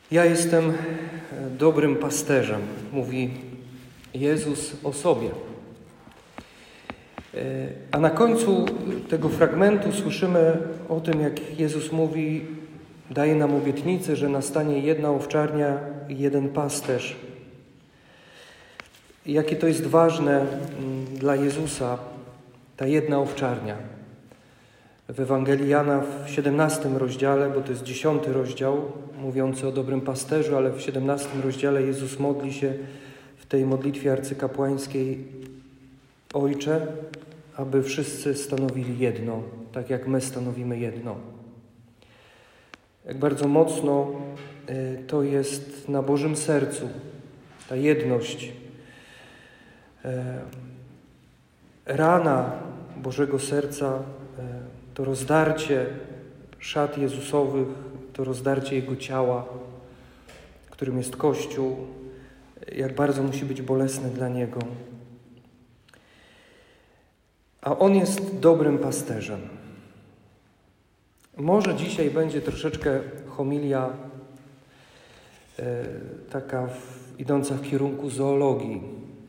Ja jestem dobrym pasterzem, mówi Jezus o sobie. A na końcu tego fragmentu słyszymy o tym, jak Jezus mówi, daje nam obietnicę, że nastanie jedna owczarnia i jeden pasterz. I jakie to jest ważne dla Jezusa, ta jedna owczarnia. W Ewangelii Jana w 17 rozdziale, bo to jest 10 rozdział mówiący o dobrym pasterzu, ale w 17 rozdziale Jezus modli się w tej modlitwie arcykapłańskiej: Ojcze, aby wszyscy stanowili jedno, tak jak my stanowimy jedno. Jak bardzo mocno to jest na Bożym sercu, ta jedność. Rana Bożego serca, to rozdarcie szat Jezusowych, to rozdarcie Jego ciała, którym jest Kościół, jak bardzo musi być bolesne dla Niego. A On jest dobrym pasterzem. Może dzisiaj będzie troszeczkę homilia taka idąca w kierunku zoologii,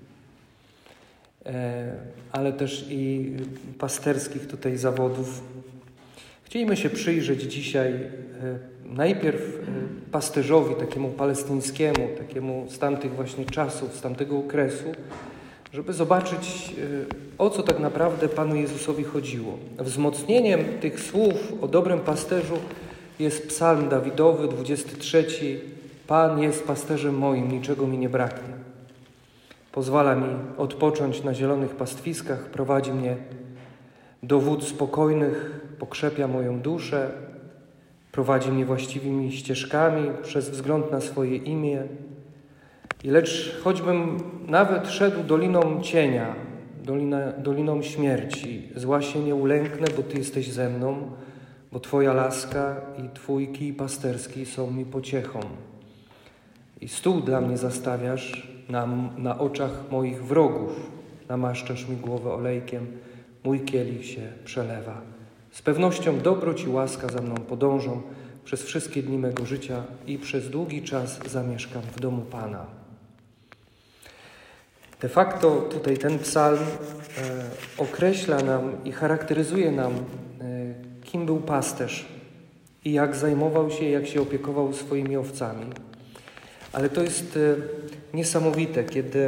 ale też i pasterskich tutaj zawodów. Chcielibyśmy się przyjrzeć dzisiaj najpierw pasterzowi takiemu palestyńskiemu, takiemu z tamtych właśnie czasów, z tamtego okresu, żeby zobaczyć, o co tak naprawdę Panu Jezusowi chodziło. Wzmocnieniem tych słów o dobrym pasterzu jest psalm Dawidowy, 23. Pan jest pasterzem moim, niczego mi nie braknie. Pozwala mi odpocząć na zielonych pastwiskach, prowadzi mnie do wód spokojnych, pokrzepia moją duszę, prowadzi mnie właściwymi ścieżkami przez wzgląd na swoje imię. I lecz choćbym nawet szedł doliną cienia, doliną śmierci, zła się nie ulęknę, bo Ty jesteś ze mną, bo Twoja łaska i Twój kij pasterski są mi pociechą. I stół dla mnie zastawiasz na oczach moich wrogów, namaszczasz mi głowę olejkiem, mój kielich się przelewa. Z pewnością dobroć i łaska za mną podążą przez wszystkie dni mego życia i przez długi czas zamieszkam w domu Pana. De facto tutaj ten psalm określa nam i charakteryzuje nam, kim był pasterz i jak zajmował się, jak się opiekował swoimi owcami. Ale to jest niesamowite,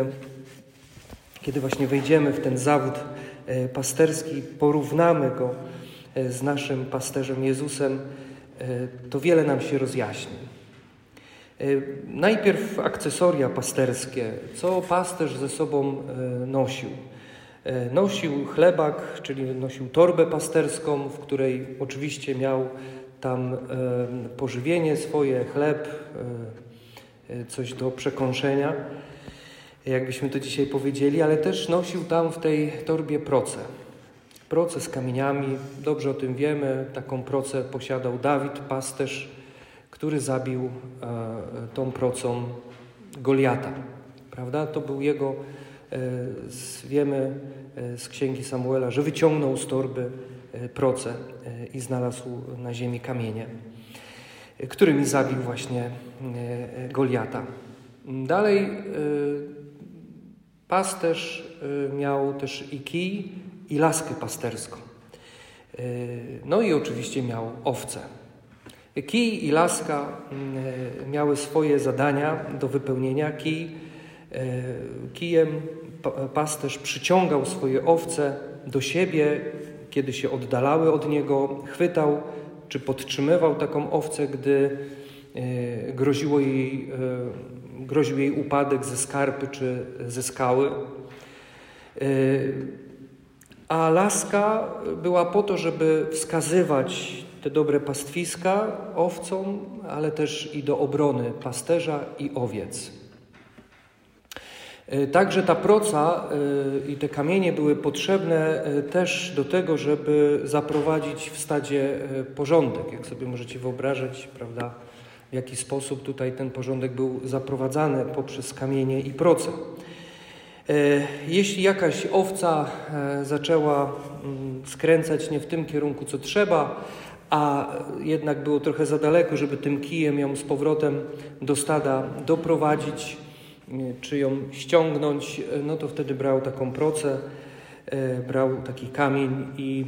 kiedy właśnie wejdziemy w ten zawód pasterski, porównamy go z naszym pasterzem Jezusem, to wiele nam się rozjaśni. Najpierw akcesoria pasterskie. Co pasterz ze sobą nosił? Nosił chlebak, czyli nosił torbę pasterską, w której oczywiście miał tam pożywienie swoje, chleb, coś do przekąszenia, jakbyśmy to dzisiaj powiedzieli, ale też nosił tam w tej torbie procę z kamieniami. Dobrze o tym wiemy, taką procę posiadał Dawid, pasterz, który zabił tą procą Goliata. Prawda? To był jego, wiemy z księgi Samuela, że wyciągnął z torby procę i znalazł na ziemi kamienie, którymi zabił właśnie Goliata. Dalej pasterz miał też i kij, i laskę pasterską. No i oczywiście miał owce. Kij i laska miały swoje zadania do wypełnienia. Kijem pasterz przyciągał swoje owce do siebie, kiedy się oddalały od niego, chwytał czy podtrzymywał taką owcę, gdy groził jej upadek ze skarpy czy ze skały. A laska była po to, żeby wskazywać te dobre pastwiska owcom, ale też i do obrony pasterza i owiec. Także ta proca i te kamienie były potrzebne też do tego, żeby zaprowadzić w stadzie porządek. Jak sobie możecie wyobrażać, prawda, w jaki sposób tutaj ten porządek był zaprowadzany poprzez kamienie i proce. Jeśli jakaś owca zaczęła skręcać nie w tym kierunku, co trzeba, a jednak było trochę za daleko, żeby tym kijem ją z powrotem do stada doprowadzić, czy ją ściągnąć, no to wtedy brał taką procę, brał taki kamień i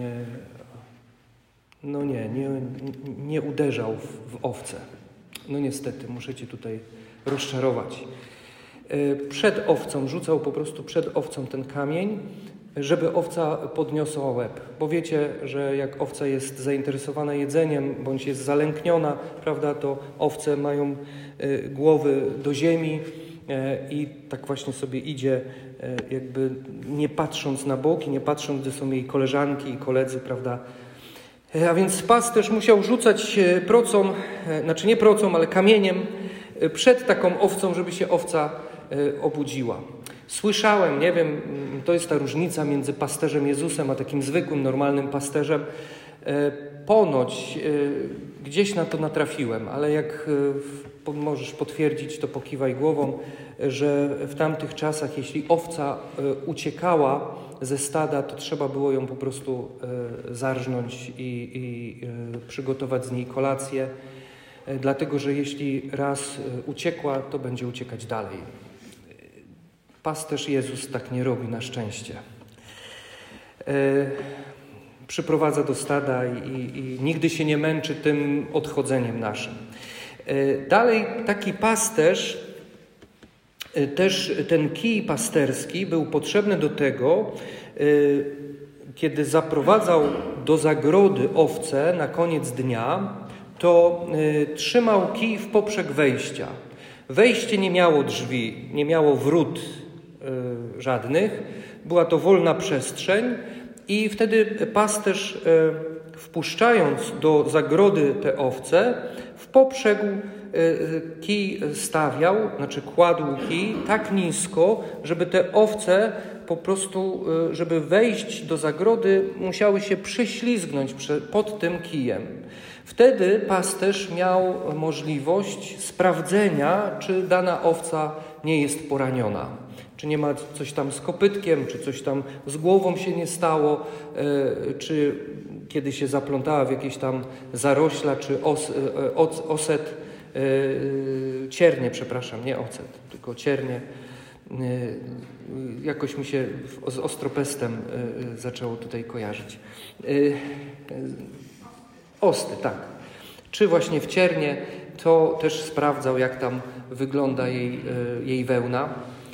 nie uderzał w owce. No niestety, muszę Cię tutaj rozczarować. Przed owcą, rzucał po prostu przed owcą ten kamień, żeby owca podniosła łeb. Bo wiecie, że jak owca jest zainteresowana jedzeniem, bądź jest zalękniona, prawda, to owce mają głowy do ziemi i tak właśnie sobie idzie, jakby nie patrząc na boki, nie patrząc, gdzie są jej koleżanki i koledzy, prawda. A więc pasterz musiał rzucać procą, znaczy nie procą, ale kamieniem przed taką owcą, żeby się owca obudziła. Słyszałem, nie wiem, to jest ta różnica między pasterzem Jezusem a takim zwykłym, normalnym pasterzem. Ponoć gdzieś na to natrafiłem, ale jak możesz potwierdzić, to pokiwaj głową, że w tamtych czasach, jeśli owca uciekała ze stada, to trzeba było ją po prostu zarżnąć i przygotować z niej kolację, dlatego że jeśli raz uciekła, to będzie uciekać dalej. Pasterz Jezus tak nie robi, na szczęście. Przyprowadza do stada i nigdy się nie męczy tym odchodzeniem naszym. Dalej taki pasterz, też ten kij pasterski był potrzebny do tego, kiedy zaprowadzał do zagrody owce na koniec dnia, to trzymał kij w poprzek wejścia. Wejście nie miało drzwi, nie miało wrót żadnych, była to wolna przestrzeń i wtedy pasterz, wpuszczając do zagrody te owce, w poprzek kij stawiał, znaczy kładł kij tak nisko, żeby te owce po prostu, żeby wejść do zagrody, musiały się prześlizgnąć pod tym kijem. Wtedy pasterz miał możliwość sprawdzenia, czy dana owca nie jest poraniona. Czy nie ma coś tam z kopytkiem, czy coś tam z głową się nie stało, czy kiedy się zaplątała w jakieś tam zarośla, czy ocet, ciernie, przepraszam, nie ocet, tylko ciernie. Jakoś mi się z ostropestem zaczęło tutaj kojarzyć. Osty, tak. Czy właśnie w ciernie, to też sprawdzał, jak tam wygląda jej wełna.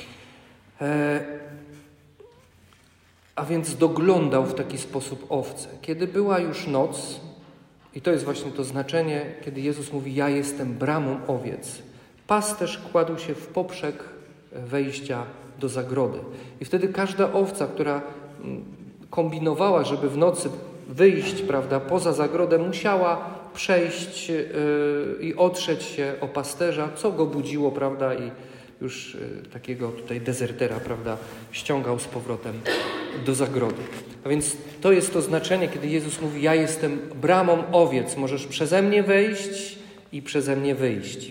A więc doglądał w taki sposób owce. Kiedy była już noc, i to jest właśnie to znaczenie, kiedy Jezus mówi: ja jestem bramą owiec, pasterz kładł się w poprzek wejścia do zagrody. I wtedy każda owca, która kombinowała, żeby w nocy wyjść, prawda, poza zagrodę, musiała przejść i otrzeć się o pasterza, co go budziło, prawda, i już takiego tutaj dezertera, prawda, ściągał z powrotem do zagrody. A więc to jest to znaczenie, kiedy Jezus mówi: ja jestem bramą owiec, możesz przeze mnie wejść i przeze mnie wyjść.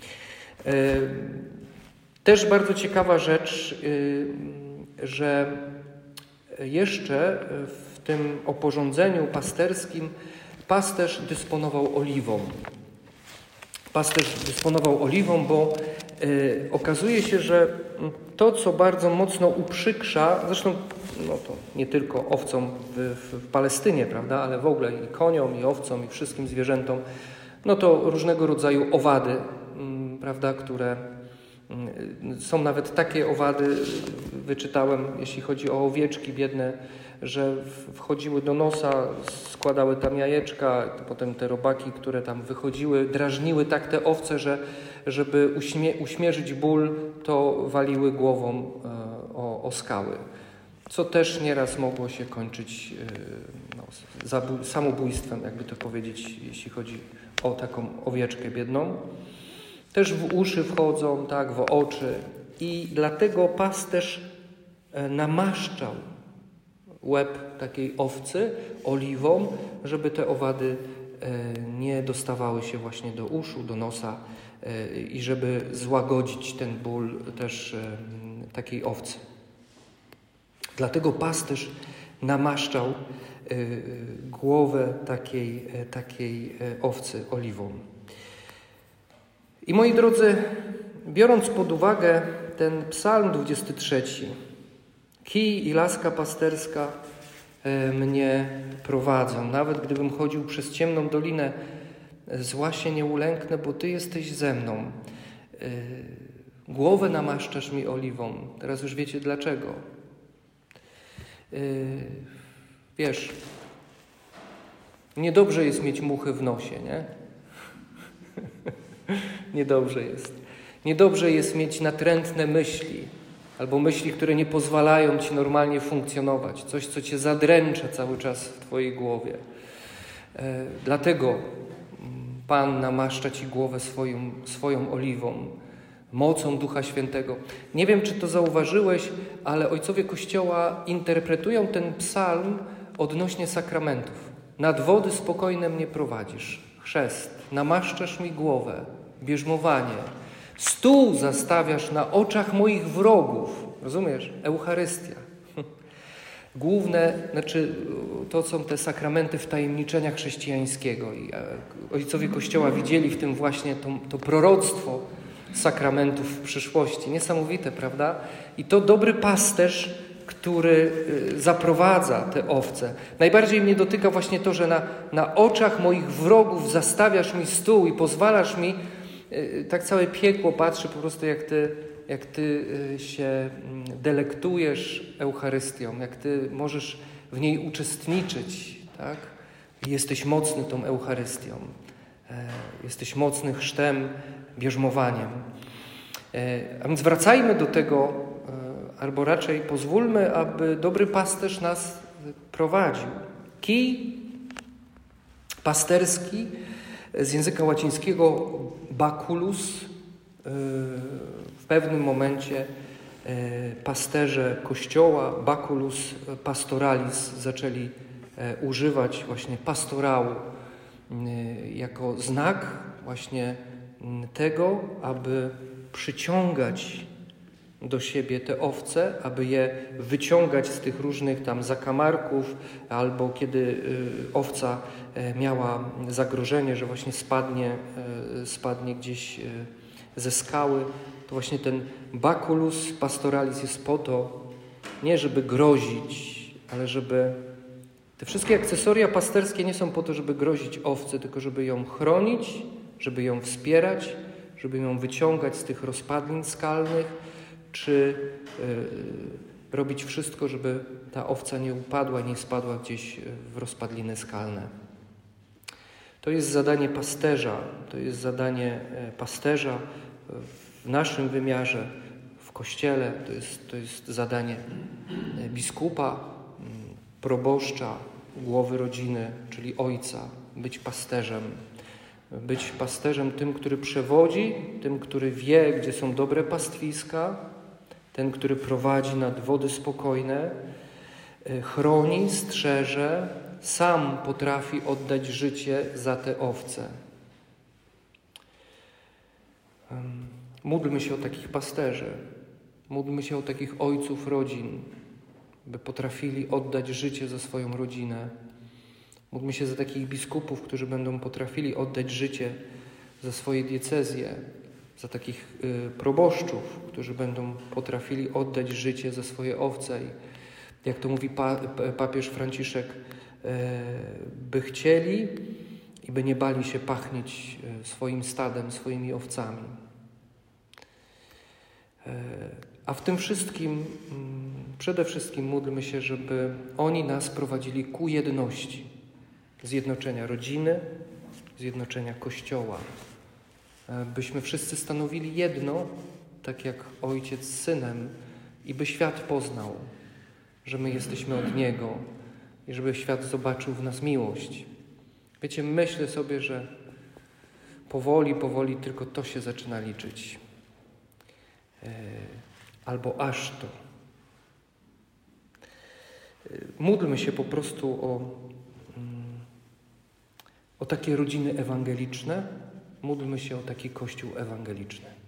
Też bardzo ciekawa rzecz, że jeszcze w tym oporządzeniu pasterskim pasterz dysponował oliwą. Pasterz dysponował oliwą, bo okazuje się, że to, co bardzo mocno uprzykrza, zresztą no to nie tylko owcom w Palestynie, prawda, ale w ogóle i koniom, i owcom, i wszystkim zwierzętom, no to różnego rodzaju owady, prawda, które są nawet takie owady, wyczytałem, jeśli chodzi o owieczki biedne, że wchodziły do nosa, składały tam jajeczka, potem te robaki, które tam wychodziły, drażniły tak te owce, że żeby uśmierzyć ból, to waliły głową o skały. Co też nieraz mogło się kończyć samobójstwem, jakby to powiedzieć, jeśli chodzi o taką owieczkę biedną. Też w uszy wchodzą, tak, w oczy. I dlatego pasterz namaszczał łeb takiej owcy oliwą, żeby te owady nie dostawały się właśnie do uszu, do nosa i żeby złagodzić ten ból też takiej owcy. Dlatego pasterz namaszczał głowę takiej owcy oliwą. I moi drodzy, biorąc pod uwagę ten psalm 23, kij i laska pasterska mnie prowadzą. Nawet gdybym chodził przez ciemną dolinę, zła się nie ulęknę, bo Ty jesteś ze mną. Głowę namaszczasz mi oliwą. Teraz już wiecie dlaczego. Wiesz, niedobrze jest mieć muchy w nosie, nie? Niedobrze jest. Niedobrze jest mieć natrętne myśli, albo myśli, które nie pozwalają Ci normalnie funkcjonować. Coś, co Cię zadręcza cały czas w Twojej głowie. Dlatego Pan namaszcza Ci głowę swoją oliwą, mocą Ducha Świętego. Nie wiem, czy to zauważyłeś, ale ojcowie Kościoła interpretują ten psalm odnośnie sakramentów. Nad wody spokojne mnie prowadzisz. Chrzest. Namaszczasz mi głowę. Bierzmowanie. Stół zastawiasz na oczach moich wrogów. Rozumiesz? Eucharystia. Główne, to są te sakramenty wtajemniczenia chrześcijańskiego. I ojcowie Kościoła widzieli w tym właśnie to proroctwo sakramentów w przyszłości. Niesamowite, prawda? I to dobry pasterz, który zaprowadza te owce. Najbardziej mnie dotyka właśnie to, że na oczach moich wrogów zastawiasz mi stół i pozwalasz mi, tak całe piekło patrzy po prostu, jak Ty się delektujesz Eucharystią, jak Ty możesz w niej uczestniczyć, tak? I jesteś mocny tą Eucharystią. Jesteś mocny chrztem, bierzmowaniem. A więc wracajmy do tego, albo raczej pozwólmy, aby dobry pasterz nas prowadził. Kij pasterski z języka łacińskiego baculus. W pewnym momencie pasterze Kościoła baculus pastoralis zaczęli używać właśnie pastorału jako znak właśnie tego, aby przyciągać do siebie te owce, aby je wyciągać z tych różnych tam zakamarków, albo kiedy owca miała zagrożenie, że właśnie spadnie gdzieś ze skały, to właśnie ten baculus pastoralis jest po to, nie żeby grozić, ale żeby te wszystkie akcesoria pasterskie nie są po to, żeby grozić owcy, tylko żeby ją chronić, żeby ją wspierać, żeby ją wyciągać z tych rozpadlin skalnych, czy robić wszystko, żeby ta owca nie upadła, nie spadła gdzieś w rozpadliny skalne. To jest zadanie pasterza, w naszym wymiarze, w Kościele, to jest zadanie biskupa, proboszcza, głowy rodziny, czyli ojca, być pasterzem. Być pasterzem tym, który przewodzi, tym, który wie, gdzie są dobre pastwiska, ten, który prowadzi nad wody spokojne, chroni, strzeże, sam potrafi oddać życie za te owce. Módlmy się o takich pasterzy, módlmy się o takich ojców rodzin, by potrafili oddać życie za swoją rodzinę. Módlmy się za takich biskupów, którzy będą potrafili oddać życie za swoje diecezje, za takich proboszczów, którzy będą potrafili oddać życie za swoje owce. I jak to mówi papież Franciszek, by chcieli i by nie bali się pachnieć swoim stadem, swoimi owcami. A w tym wszystkim, przede wszystkim módlmy się, żeby oni nas prowadzili ku jedności, zjednoczenia rodziny, zjednoczenia Kościoła. Byśmy wszyscy stanowili jedno, tak jak Ojciec z Synem, i by świat poznał, że my jesteśmy od Niego i żeby świat zobaczył w nas miłość. Wiecie, myślę sobie, że powoli tylko to się zaczyna liczyć. Albo aż to. Módlmy się po prostu o takie rodziny ewangeliczne, módlmy się o taki Kościół ewangeliczny.